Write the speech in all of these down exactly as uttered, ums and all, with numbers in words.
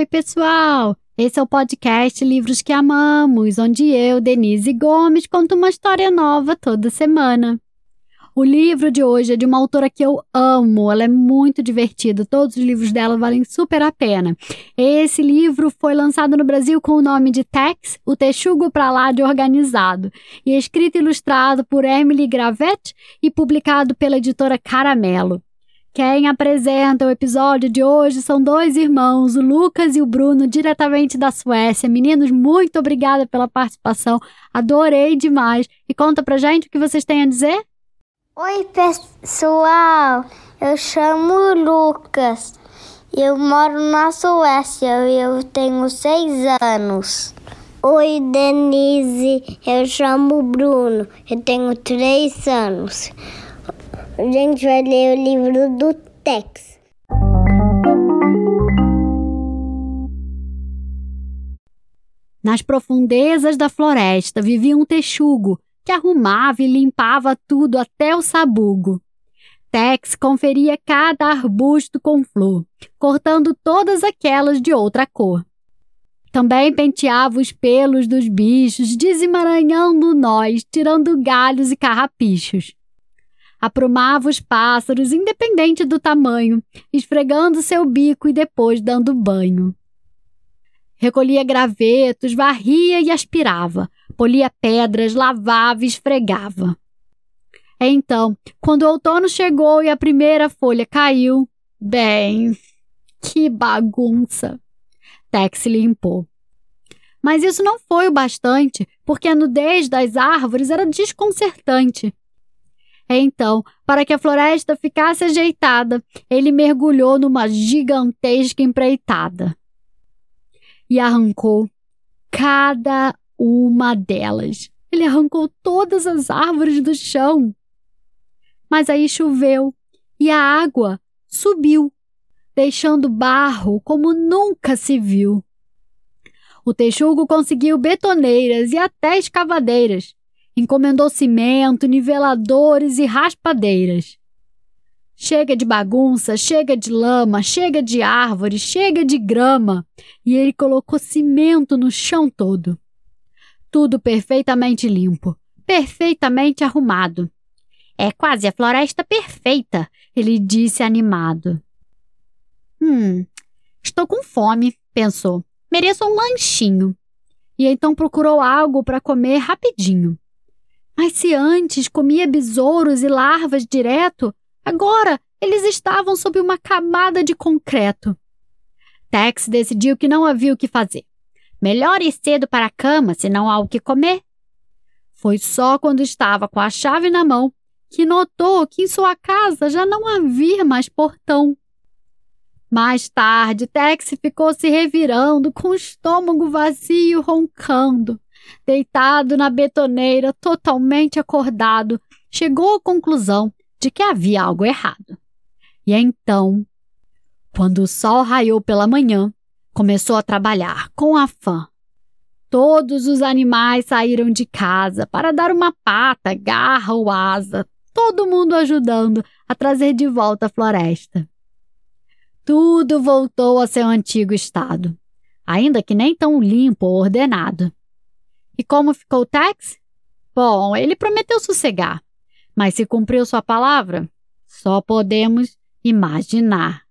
Oi, pessoal! Esse é o podcast Livros que Amamos, onde eu, Denise Gomes, conto uma história nova toda semana. O livro de hoje é de uma autora que eu amo, ela é muito divertida, todos os livros dela valem super a pena. Esse livro foi lançado no Brasil com o nome de Tex, o Texugo pra lá de Organizado, e é escrito e ilustrado por Emily Gravett e publicado pela editora Caramelo. Quem apresenta o episódio de hoje são dois irmãos, o Lucas e o Bruno, diretamente da Suécia. Meninos, muito obrigada pela participação, adorei demais. E conta pra gente o que vocês têm a dizer? Oi, pessoal, eu chamo Lucas, eu moro na Suécia e eu tenho seis anos. Oi, Denise, eu chamo Bruno, eu tenho três anos. A gente vai ler o livro do Tex. Nas profundezas da floresta vivia um texugo que arrumava e limpava tudo até o sabugo. Tex conferia cada arbusto com flor, cortando todas aquelas de outra cor. Também penteava os pelos dos bichos, desemaranhando nós, tirando galhos e carrapichos. Aprumava os pássaros, independente do tamanho, esfregando seu bico e depois dando banho. Recolhia gravetos, varria e aspirava, polia pedras, lavava e esfregava. Então, quando o outono chegou e a primeira folha caiu, bem, que bagunça! Tex limpou. Mas isso não foi o bastante, porque a nudez das árvores era desconcertante. Então, para que a floresta ficasse ajeitada, ele mergulhou numa gigantesca empreitada e arrancou cada uma delas. Ele arrancou todas as árvores do chão. Mas aí choveu e a água subiu, deixando barro como nunca se viu. O texugo conseguiu betoneiras e até escavadeiras. Encomendou cimento, niveladores e raspadeiras. Chega de bagunça, chega de lama, chega de árvore, chega de grama. E ele colocou cimento no chão todo. Tudo perfeitamente limpo, perfeitamente arrumado. É quase a floresta perfeita, ele disse animado. Hum, estou com fome, pensou. Mereço um lanchinho. E então procurou algo para comer rapidinho. Mas se antes comia besouros e larvas direto, agora eles estavam sob uma camada de concreto. Tex decidiu que não havia o que fazer. Melhor ir cedo para a cama, se não há o que comer. Foi só quando estava com a chave na mão que notou que em sua casa já não havia mais portão. Mais tarde, Tex ficou se revirando com o estômago vazio, roncando. Deitado na betoneira, totalmente acordado, chegou à conclusão de que havia algo errado. E então, quando o sol raiou pela manhã, começou a trabalhar com afã. Todos os animais saíram de casa para dar uma pata, garra ou asa, todo mundo ajudando a trazer de volta a floresta. Tudo voltou ao seu antigo estado, ainda que nem tão limpo ou ordenado. E como ficou Tex? Bom, ele prometeu sossegar, mas se cumpriu sua palavra, só podemos imaginar.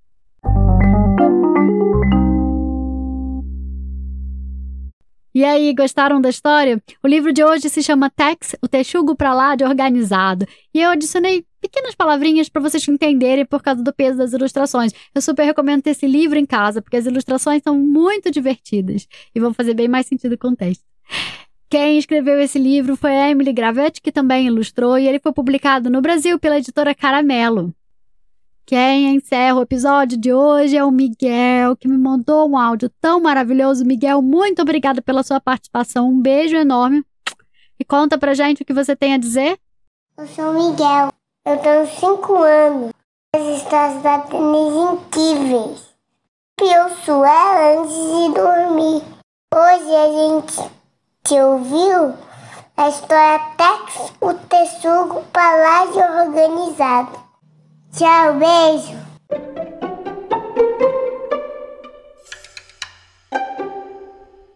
E aí, gostaram da história? O livro de hoje se chama Tex, o Texugo pra lá de Organizado. E eu adicionei pequenas palavrinhas para vocês entenderem por causa do peso das ilustrações. Eu super recomendo ter esse livro em casa, porque as ilustrações são muito divertidas e vão fazer bem mais sentido com o texto. Quem escreveu esse livro foi a Emily Gravett, que também ilustrou, e ele foi publicado no Brasil pela editora Caramelo. Quem encerra o episódio de hoje é o Miguel, que me mandou um áudio tão maravilhoso. Miguel, muito obrigada pela sua participação. Um beijo enorme. E conta pra gente o que você tem a dizer. Eu sou o Miguel. Eu tenho cinco anos. As histórias da Denise incríveis. Eu sou ela antes de dormir. Hoje a gente te ouviu a história Tex, o Texugo pra lá de Organizado. Tchau, beijo.